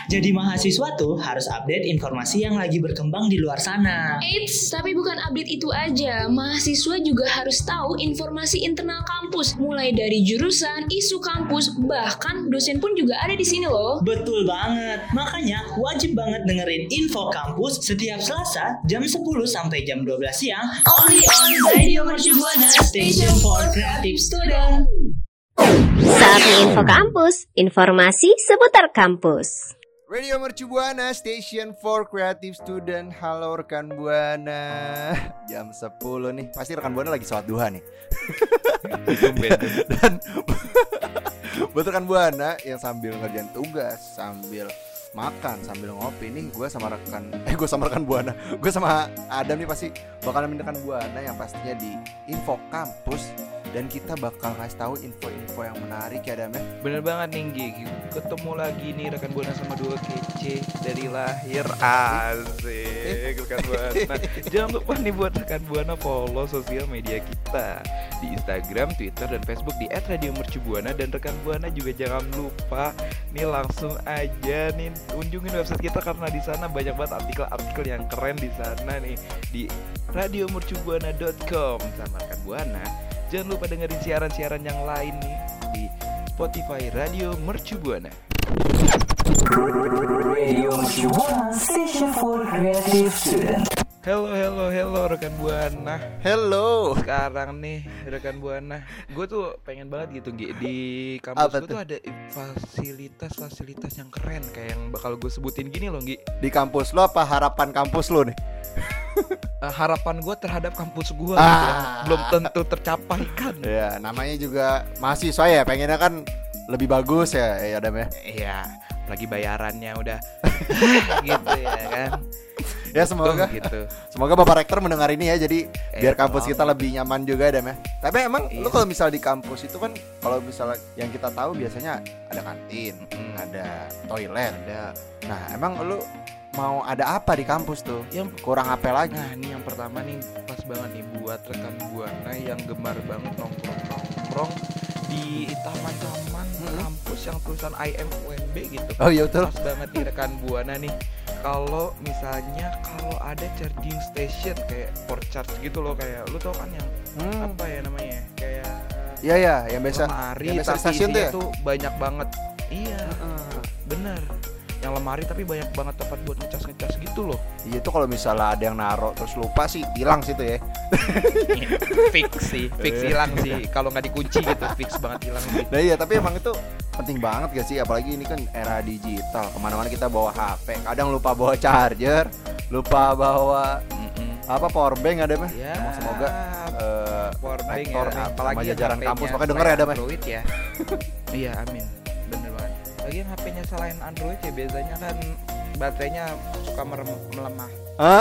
Jadi mahasiswa tuh harus update informasi yang lagi berkembang di luar sana. Eits, tapi bukan update itu aja. Mahasiswa juga harus tahu informasi internal kampus, mulai dari jurusan, isu kampus, bahkan dosen pun juga ada di sini loh. Betul banget. Makanya wajib banget dengerin Info Kampus setiap Selasa jam 10 sampai jam 12 siang only on Radio Mercu Buana Station for Creative Student. Saatnya Info Kampus, informasi seputar kampus. Radio Mercu Buana Station for Creative Student. Halo rekan Buana. Jam 10 nih. Pasti rekan Buana lagi sholat duha nih. Dan buat rekan Buana yang sambil ngerjain tugas, sambil makan, sambil ngopi nih, gue sama rekan Buana, gue sama Adam nih pasti bakal nemenin rekan Buana yang pastinya di Info Kampus. Dan kita bakal kasih tahu info-info yang menarik ya Adam ya. Bener banget nih Gigi. Ketemu lagi nih rekan Buana sama dua kece dari lahir. Asik rekan Buana. Jangan lupa nih buat rekan Buana follow sosial media kita di Instagram, Twitter, dan Facebook di @radiomercubuana. Dan rekan Buana juga jangan lupa nih langsung aja nih kunjungin website kita karena di sana banyak banget artikel-artikel yang keren di sana nih di radiomercubuana.com sama rekan Buana. Jangan lupa dengerin siaran-siaran yang lain nih di Spotify Radio Mercu Buana. Radio Mercu Buana Station for Creative Student. Halo rekan Buana. Hello. Sekarang nih rekan Buana, gue tuh pengen banget gitu di kampus gue tuh ada fasilitas yang keren kayak yang bakal gue sebutin gini loh Gi. Di kampus lo apa harapan kampus lo nih? Harapan gue terhadap kampus gue gitu, belum tentu tercapai kan. Ya namanya juga mahasiswa ya, pengennya kan lebih bagus ya Adam ya. Iya, lagi bayarannya udah gitu ya kan. Ya semoga gitu. Semoga Bapak Rektor mendengar ini ya. Jadi biar kampus kita lebih nyaman juga Adam ya. Tapi emang lu kalau misal di kampus itu kan, kalau misalnya yang kita tahu biasanya ada kantin, ada toilet, ada. Nah emang lu mau ada apa di kampus tuh? Yang kurang apa lagi? Nah ini yang pertama nih pas banget nih buat rekan Buana yang gemar banget nongkrong di taman-taman kampus yang tulisan IMUNB gitu. Oh iya betul. Pas banget nih rekan Buana nih. Kalau misalnya ada charging station kayak for charge gitu loh, kayak lu tau kan yang apa ya namanya kayak iya yang biasa lemari yang biasa tapi stasiun isinya tuh banyak banget. Iya bener, yang lemari tapi banyak banget tempat buat ngecas gitu loh. Iya itu kalau misalnya ada yang naruh terus lupa sih hilang situ ya. Fix hilang sih kalau nggak dikunci gitu, fix banget hilang gitu. Nah iya tapi emang itu penting banget gak sih, apalagi ini kan era digital, kemana-mana kita bawa HP, kadang lupa bawa charger, lupa bawa power bank ada mah. Ya, semoga power bank rektor ya, apalagi jajaran kampus makanya denger ya ada mah. Android ya. Iya amin, bener banget. Lagi yang HP-nya selain Android ya biasanya kan baterainya suka melemah.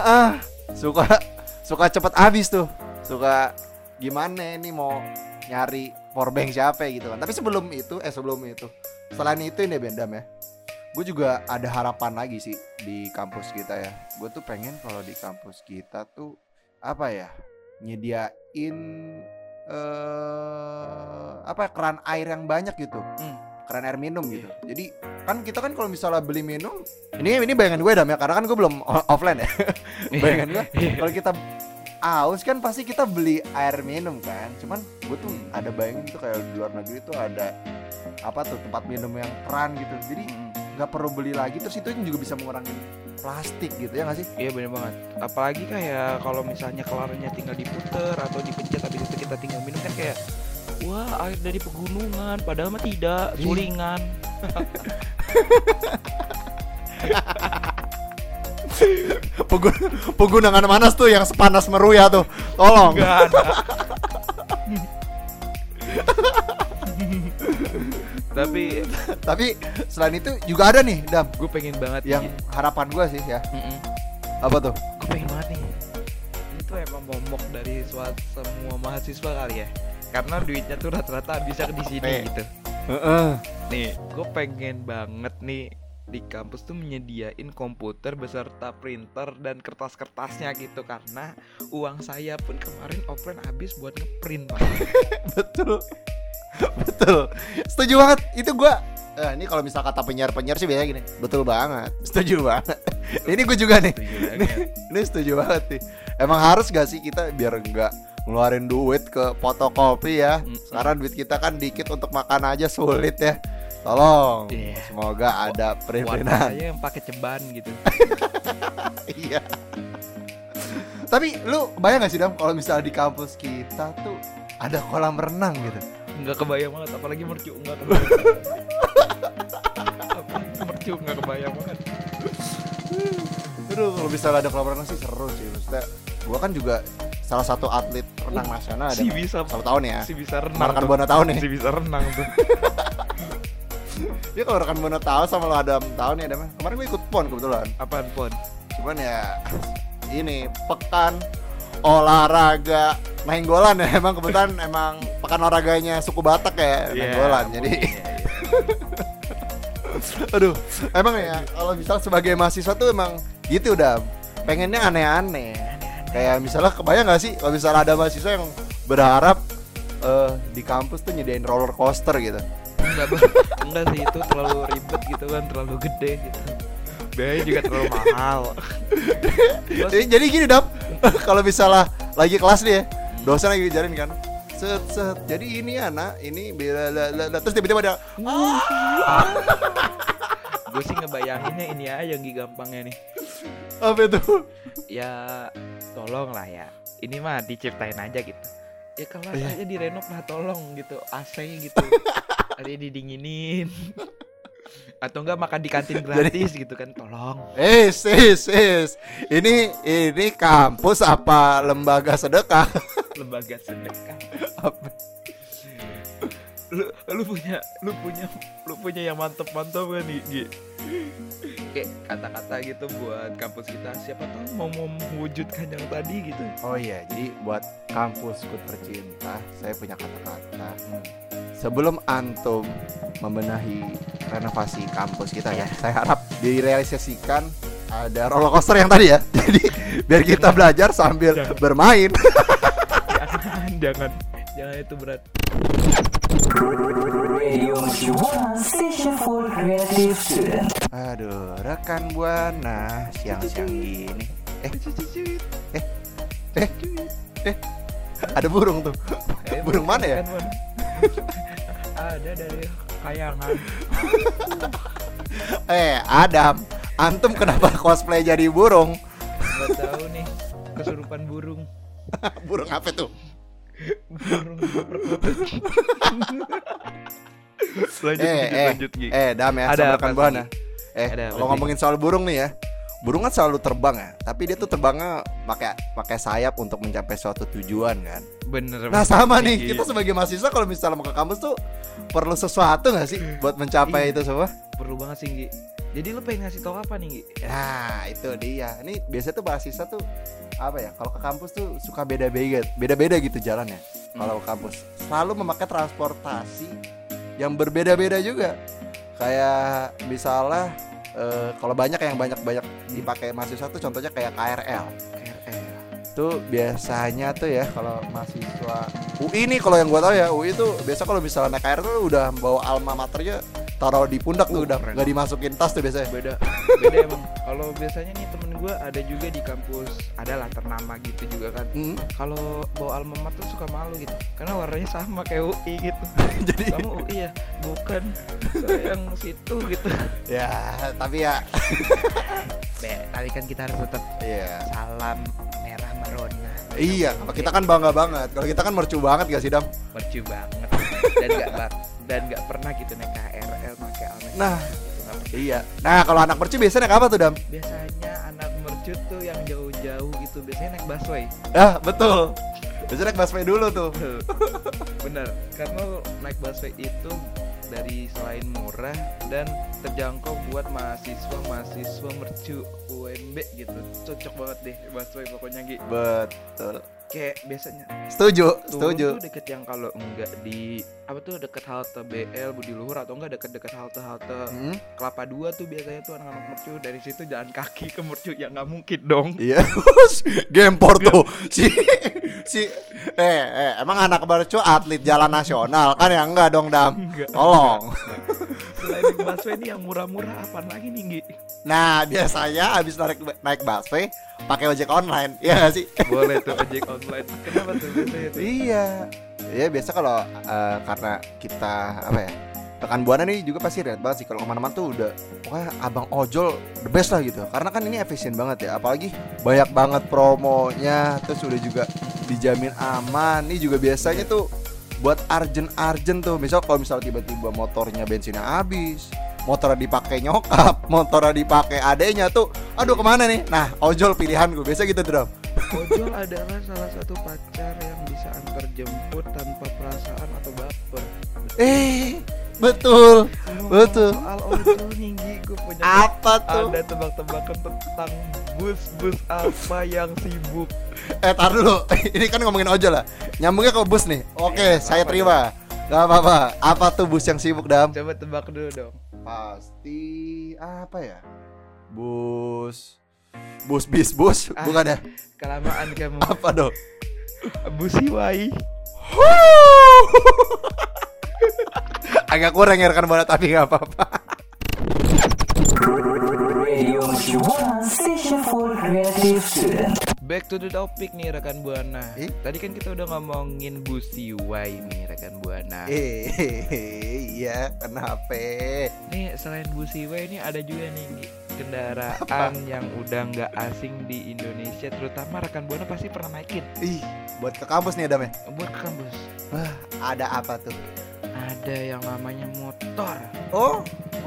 Suka cepet habis tuh. Suka gimana ini mau nyari powerbank siapa gitu kan. Tapi sebelum itu selain itu ini Bendam ya, gue juga ada harapan lagi sih di kampus kita ya. Gue tuh pengen kalau di kampus kita tuh apa ya, nyediain keran air yang banyak gitu. Keran air minum gitu. Jadi kan kita kan kalau misalnya beli minum, ini bayangan gue Dam ya, karena kan gue belum offline ya. Bayangan gue kalau kita aus kan pasti kita beli air minum kan. Cuman gue tuh ada bayangin gitu kayak di luar negeri tuh ada tempat minum yang keran gitu. Jadi nggak perlu beli lagi, terus itu juga bisa mengurangi plastik gitu ya nggak sih? Iya bener banget. Apalagi kayak kalau misalnya kelarnya tinggal diputer atau dipencet habis itu kita tinggal minum kan kayak wah air dari pegunungan, padahal mah tidak, sulingan. Pegunungan mana tuh yang sepanas Meruya tuh? Tolong. Enggak ada. Tapi selain itu juga ada nih Dam, gue pengen banget yang harapan gue sih ya. Apa tuh? Gue pengen banget nih. Itu emang momok dari semua mahasiswa kali ya. Karena duitnya tuh rata-rata bisa di sini gitu. Nih, gue pengen banget nih di kampus tuh menyediain komputer beserta printer dan kertas-kertasnya gitu, karena uang saya pun kemarin offline habis buat ngeprint Pak. Betul. Setuju banget. Itu gue Ini kalau misal kata penyiar sih biasanya gini. Betul banget. Setuju banget. Ini gue juga nih. Ini setuju banget nih. Emang harus gak sih kita biar enggak ngeluarin duit ke fotokopi ya. Sekarang duit kita kan dikit, untuk makan aja sulit ya. Tolong. Semoga ada perintilan. Warnanya yang pakai ceban gitu. Iya. Tapi lu bayang gak sih Dam kalau misalnya di kampus kita tuh ada kolam renang gitu? Nggak kebayang banget, apalagi mercu nggak kebayang. Apalagi mercu nggak kebayang banget. Aduh, kalau misalnya ada kolam renang sih seru sih. Maksudnya gua kan juga salah satu atlet renang nasional ada. Si bisa 1 tahun ya. Si bisa renang. Rekan Buana tahu nih. Si bisa renang tuh. Ya kalau rekan Buana tahu sama lo Adam tahu nih Adam. Kemarin gue ikut PON kebetulan. Apaan pon? Cuman ya ini pekan olahraga Nainggolan ya, emang kebetulan emang pekan olahraganya suku Batak ya, Nainggolan. Jadi aduh, emang ya kalau misalnya sebagai mahasiswa tuh emang gitu udah pengennya aneh-aneh. Kayak misalnya kebayang gak sih kalau misalnya ada mahasiswa yang berharap di kampus tuh nyediain roller coaster gitu. Enggak sih, itu terlalu ribet gitu kan, terlalu gede gitu. Biayanya juga terlalu mahal. Jadi gini Dap, kalau misalnya lagi kelas nih ya, dosen lagi ngajarin kan, set. Jadi ini anak, ini terus tiba-tiba ada Gue sih ngebayanginnya ini aja yang gampangnya nih. apa itu? Ya tolong lah ya, ini mah diciptain aja gitu. Ya kelas aja direnov lah, tolong gitu, AC gitu. Ada didinginin. Atau enggak makan di kantin gratis gitu kan, tolong. Ini kampus apa lembaga sedekah? Lembaga sedekah. Apa? Lu punya yang mantep kan nih, Gi? Kayak kata-kata gitu buat kampus kita, siapa tahu mau mewujudkan yang tadi gitu. Oh iya, jadi buat kampusku tercinta, saya punya kata-kata. Sebelum antum membenahi renovasi kampus kita ya, saya harap direalisasikan ada roller coaster yang tadi ya. Jadi biar kita belajar sambil bermain. Jangan itu berat. Aduh, rekan Buana siang-siang gini. Ada burung tuh. Burung mana ya? Ada dari kayangan. Adam, antum kenapa cosplay jadi burung? Nggak tahu nih, kesurupan burung. Burung apa tuh? Burung lanjut Gi. Dam ya, Ada rekan apa Buana. Ada Kalau apa, ngomongin soal burung nih ya, burung kan selalu terbang ya, tapi dia tuh terbangnya pakai sayap untuk mencapai suatu tujuan kan. Bener. Nah sama nih, kita sebagai mahasiswa kalau misalnya mau ke kampus tuh perlu sesuatu nggak sih buat mencapai itu semua? Perlu banget sih Gi. Jadi lu pengen ngasih tau apa nih Gi? Nah itu dia. Ini biasanya tuh mahasiswa tuh apa ya? Kalau ke kampus tuh suka beda-beda gitu jalannya. Kalau ke kampus selalu memakai transportasi yang berbeda-beda juga. Kayak misalnya kalau banyak dipakai mahasiswa tuh contohnya kayak KRL. Itu biasanya tuh ya kalau mahasiswa UI nih, kalau yang gua tahu ya, UI tuh biasa kalau misalnya naik KRL tuh udah bawa alma maternya taruh di pundak tuh, udah nggak dimasukin tas tuh biasanya. Beda emang. Kalau biasanya nih temen gue ada juga di kampus, ada lah ternama gitu juga kan. Kalau bawa alma mater suka malu gitu, karena warnanya sama kayak UI gitu. Jadi kamu UI ya? Bukan, saya yang situ gitu. Ya tapi ya tapi kan kita harus tetap salam merah merona. Iya, kalau kita kan bangga banget. Kalau kita kan mercu banget gak sih Dam? Mercu banget. Dan nggak pernah gitu naik KRL pakai alma. Nah, iya. Nah, kalau anak mercu biasanya naik apa tuh Dam? Biasanya anak mercu tuh yang jauh-jauh gitu, biasanya naik busway. Betul. Biasanya naik busway dulu tuh. Bener, karena naik busway itu dari selain murah dan terjangkau buat mahasiswa mercu UMB gitu. Cocok banget deh busway pokoknya Gi. Betul. Kayak biasanya. Setuju. Tuh deket yang kalau enggak di deket halte BL Budi Luhur atau enggak deket halte Kelapa 2 tuh biasanya tuh anak-anak mercu. Dari situ jalan kaki ke mercu ya nggak mungkin dong. Iya. Gempor tuh. Emang anak mercu atlet jalan nasional kan ya? Enggak dong Dam. Tolong. Selain naik busway ini yang murah-murah apaan lagi nih, Gi? Nah, biasanya abis naik busway pakai ojek online, ya nggak sih? Boleh tuh ojek online. Kenapa tuh biasanya tuh? Iya. Ya biasa kalau karena kita apa ya? Rekan Buana nih juga pasti lihat banget sih kalau kemana-mana tuh udah pokoknya abang ojol the best lah gitu. Karena kan ini efisien banget ya, apalagi banyak banget promonya, terus udah juga dijamin aman. Ini juga biasanya tuh buat arjen tuh. Misal kalau misal tiba-tiba motornya bensinnya habis, motornya dipakai nyokap, motornya dipakai adenya tuh, aduh kemana nih? Nah, ojol pilihan gue biasa gitu tuh. Ojol adalah salah satu pacar yang bisa antar jemput tanpa perasaan atau baper. Betul. Betul. Soal ojol nih, Gi, gue punya Apa tuh? ada tebak-tebakan tentang bus apa yang sibuk. Tar dulu. Ini kan ngomongin ojol lah. Nyambungnya ke bus nih. Oke, saya terima. Gak apa-apa. Apa tuh bus yang sibuk, Dam? Coba tebak dulu dong. Pasti apa ya? Bus bis bukan ya? Kelamaan kamu. Apa dong? Busiwai. Agak kurang ya rekan Buana tapi gak apa-apa. Back to the topic nih rekan Buana. Tadi kan kita udah ngomongin Busiwai nih rekan Buana. Iya, kenapa? Nih selain Busiwai ini ada juga nih kendaraan yang udah nggak asing di Indonesia, terutama rekan Buana pasti pernah naikin. Buat ke kampus nih Adam ya? Buat ke kampus. Wah, ada apa tuh? Ada yang namanya motor. Oh,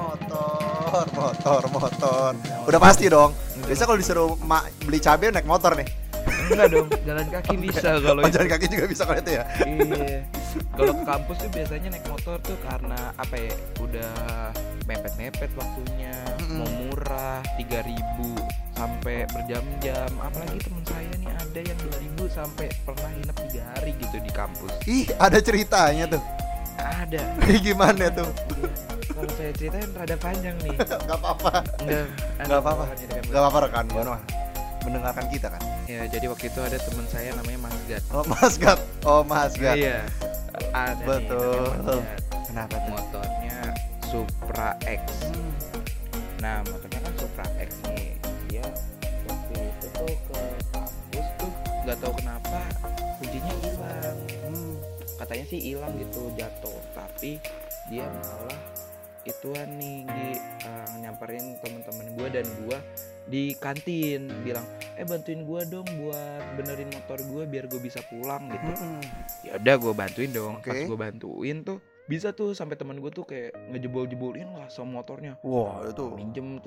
motor. Udah pasti dong. Biasa kalau disuruh beli cabai naik motor nih. Enggak dong, jalan kaki bisa kalau itu. Jalan kaki juga bisa kalau itu ya. Iya. Kalau ke kampus tuh biasanya naik motor tuh karena apa ya? Udah mepet-mepet waktunya, mau murah 3.000 sampai berjam-jam. Apalagi teman saya nih ada yang 2.000 sampai pernah nginep 3 hari gitu di kampus. Ada ceritanya tuh. Ada. Gimana tuh? Kalau saya ceritain rada panjang nih. Gak apa-apa. Gak apa-apa rekan Buana mendengarkan kita kan. Ya, jadi waktu itu ada teman saya namanya Mas Gat. Oh Mas Gat. Iya. Ada betul. nih, namanya Mas Gat. Kenapa tuh? Motornya Supra X. Nah, motornya kan Supra X nih. Dia waktu itu tuh ke kampus tuh nggak tahu kenapa kuncinya hilang. Katanya sih hilang gitu, jatuh. Tapi dia malah ituan nih nyamperin temen-temen gue dan gue di kantin, bilang bantuin gue dong buat benerin motor gue biar gue bisa pulang gitu. Ya udah gue bantuin dong. Pas gue bantuin tuh bisa tuh sampai teman gue tuh kayak ngejebol-jebolin lah sama motornya. Wah, itu minjem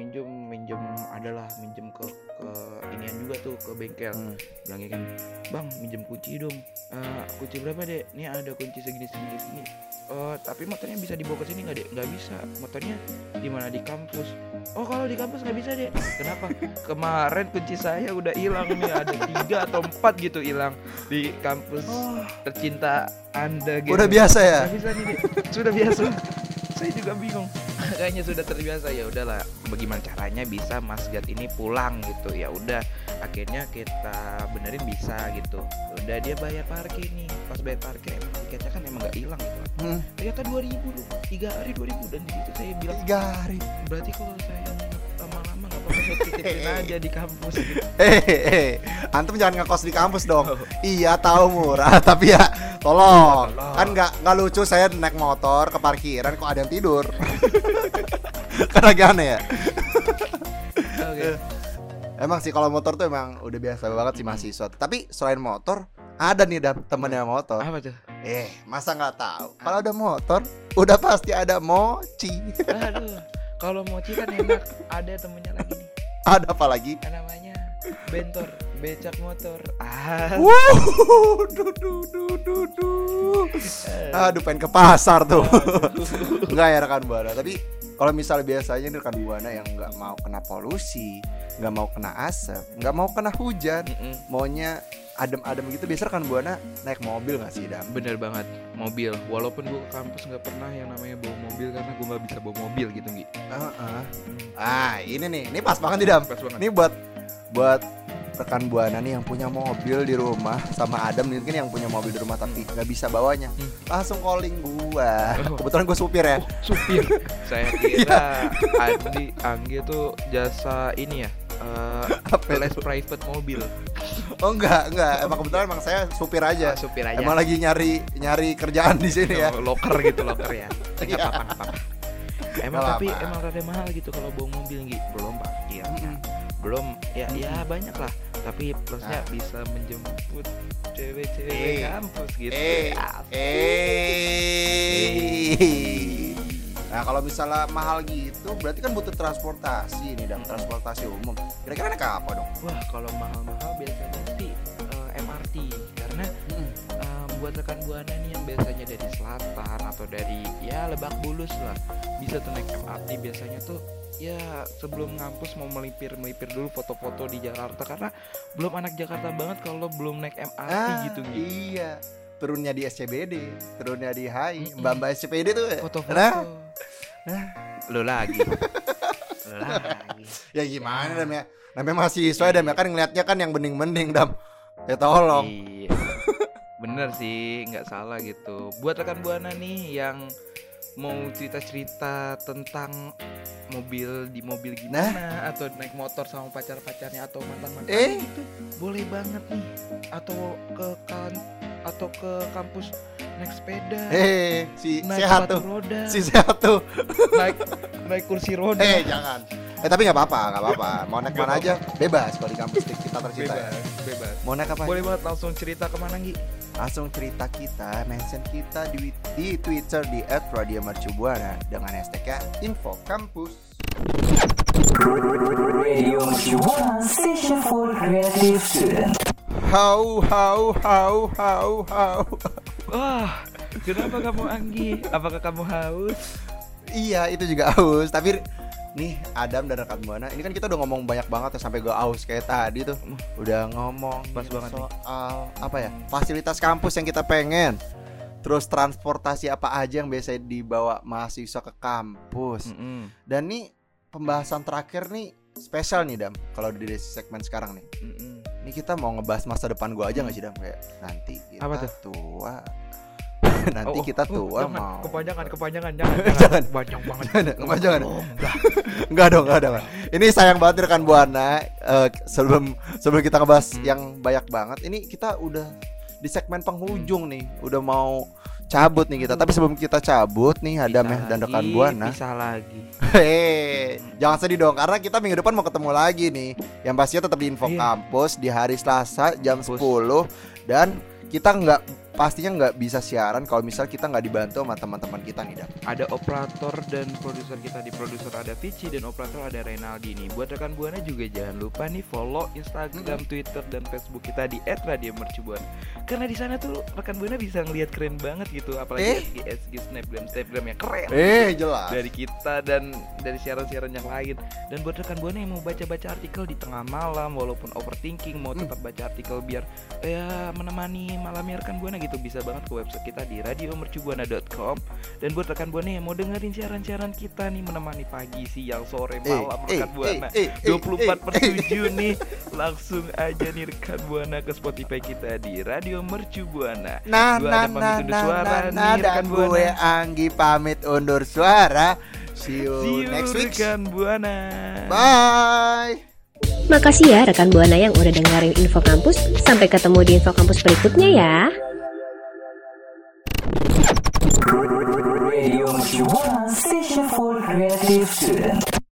adalah minjem ke inian juga tuh ke bengkel. Bilangnya kan, "Bang, minjem kunci dong." Kunci berapa, Dek? Nih ada kunci segini. Tapi motornya bisa dibawa ke sini nggak, Dek? Nggak bisa. Motornya di mana? Di kampus. Oh, kalau di kampus nggak bisa, Dek. Kenapa? Kemarin kunci saya udah hilang nih, ada 3 atau 4 gitu hilang di kampus tercinta Anda gitu. Udah biasa ya? Nggak bisa nih, Dek. Sudah biasa. Saya juga bingung. Kayaknya sudah terbiasa. Ya udahlah, bagaimana caranya bisa Mas Gat ini pulang gitu. Ya udah, akhirnya kita benerin bisa gitu. Udah dia bayar parkir nih. Pas bayar parkir emang tiketnya kan emang nggak hilang gitu. Ternyata 2.000 loh. 3 hari 2.000 dan di situ saya bilang 3 hari. Berarti kalau saya lama-lama nggak apa-apa, saya titipin aja di kampus gitu. Antum jangan ngekos di kampus dong. Iya tahu murah tapi ya tolong. Kan nggak lucu saya naik motor ke parkiran kok ada yang tidur. Kan agak aneh ya. Oke. Emang sih kalau motor tuh emang udah biasa banget sih mahasiswa. Tapi selain motor ada nih temennya motor. Apa tuh? Masa nggak tahu? Kalau ada motor udah pasti ada mochi. Aduh, kalau mochi kan enak. Ada temennya lagi nih. Ada apa lagi? Namanya Bentor, becak motor. Aduh, pengen ke pasar tuh. Enggak ya rekan Buana. Tapi kalau misalnya biasanya nih rekan Buana yang nggak mau kena polusi, nggak mau kena asap, nggak mau kena hujan, maunya adem-adem gitu, biasa rekan Buana naik mobil nggak sih, Dam? Bener banget, mobil. Walaupun gue ke kampus nggak pernah yang namanya bawa mobil karena gue nggak bisa bawa mobil gitu, Gi. Ini nih, ini pas banget nih, Dam. Pas banget. Ini buat rekan Buana nih yang punya mobil di rumah, sama Adam mungkin yang punya mobil di rumah tapi nggak bisa bawanya, langsung calling gua. Kebetulan gua supir ya. Supir. Saya kira Anggi tuh jasa ini ya, les private mobil. Oh enggak, emang kebetulan emang saya supir aja. Supir aja. Emang lagi nyari kerjaan di sini ya. Loker ya. Enggak apa-apa. Emang tapi emang rada mahal gitu kalau bawa mobil Gi. Belum parkir. Belum ya banyak lah. Tapi plusnya bisa menjemput cewek-cewek kampus gitu. Nah kalau misalnya mahal gitu, berarti kan butuh transportasi nih, dan transportasi umum. Kira-kira naik apa dong? Wah kalau mahal-mahal biasanya sih MRT, karena buat rekan Buana nih yang biasanya dari selatan atau dari ya Lebak Bulus lah, bisa tuh naik MRT. Biasanya tuh ya sebelum ngampus mau melipir dulu foto-foto di Jakarta, karena belum anak Jakarta banget kalau belum naik MRT gitu gitu. Iya, turunnya di SCBD, turunnya di HI, mbak-mbak SCBD tuh foto-foto. Nah, lo lagi. Ya gimana Dam ya? Namanya mahasiswa Dam ya, kan ngeliatnya kan yang bening-bening Dam. Ya tolong. Iya. Bener sih, nggak salah gitu. Buat rekan Buana nih yang mau cerita-cerita tentang mobil gimana, atau naik motor sama pacar-pacarnya atau mantan-mantan gitu, boleh banget nih. Atau ke kampus naik sepeda. Naik sepatu roda. Sehat tuh. naik kursi roda. Jangan. Tapi nggak apa-apa. Mau naik mana aja, bebas kalau di kampus kita tercipta. Bebas. Mau naik apa? Boleh banget, langsung cerita kemana Gi? Langsung cerita kita, mention kita di Twitter di @radiomercubuana dengan hashtagnya Info Kampus. Radio Mercubuana, station for creative student. How. Wah, kenapa kamu Anggi? Apakah kamu haus? Iya, itu juga haus. Tapi nih Adam dan rekan Buana, ini kan kita udah ngomong banyak banget ya, sampai gue haus kayak tadi tuh. Udah ngomong pas banget soal apa ya, fasilitas kampus yang kita pengen, terus transportasi apa aja yang biasa dibawa mahasiswa ke kampus. Dan nih pembahasan terakhir nih spesial nih Dam, kalau di segmen sekarang nih. Ini kita mau ngebahas masa depan gue aja nggak sih Dam, kayak nanti kita apa tuh? Tua. Nanti kita tua mau kepanjangan jangan panjang banget. Jangan. Enggak dong. Ini sayang banget rekan Buana. Sebelum kita ngebahas yang banyak banget, ini kita udah di segmen penghujung nih, udah mau cabut nih kita. Tapi sebelum kita cabut nih, Adam dan rekan Buana, bisa lagi. Jangan sedih dong, karena kita minggu depan mau ketemu lagi nih. Yang pastinya tetap di Info Kampus di hari Selasa jam 10. Dan kita pastinya nggak bisa siaran kalau misal kita nggak dibantu sama teman-teman kita nih, Dan. Ada operator dan produser kita. Di produser ada Vici dan operator ada Renaldi nih. Buat rekan Buana juga jangan lupa nih follow Instagram, Twitter dan Facebook kita di @radiomercubuana. Karena di sana tuh rekan Buana bisa ngelihat keren banget gitu, apalagi SG Snapgram yang keren. Jelas. Dari kita dan dari siaran-siaran yang lain. Dan buat rekan Buana yang mau baca-baca artikel di tengah malam, walaupun overthinking, mau tetap baca artikel biar menemani malamnya rekan Buana gitu, bisa banget ke website kita di radiomercubuana.com. Dan buat rekan Buana yang mau dengerin siaran-siaran kita nih, menemani pagi, siang, sore, malam rekan Buana 24/7 nih, langsung aja nih rekan Buana ke Spotify kita di Radio Mercubuana. Gua pamit undur suara nih rekan Buana. Gue Anggi pamit undur suara. See you next week rekan Buana. Bye. Makasih ya rekan Buana yang udah dengerin Info Kampus. Sampai ketemu di Info Kampus berikutnya ya. Radio Mercubuana, station for creative student.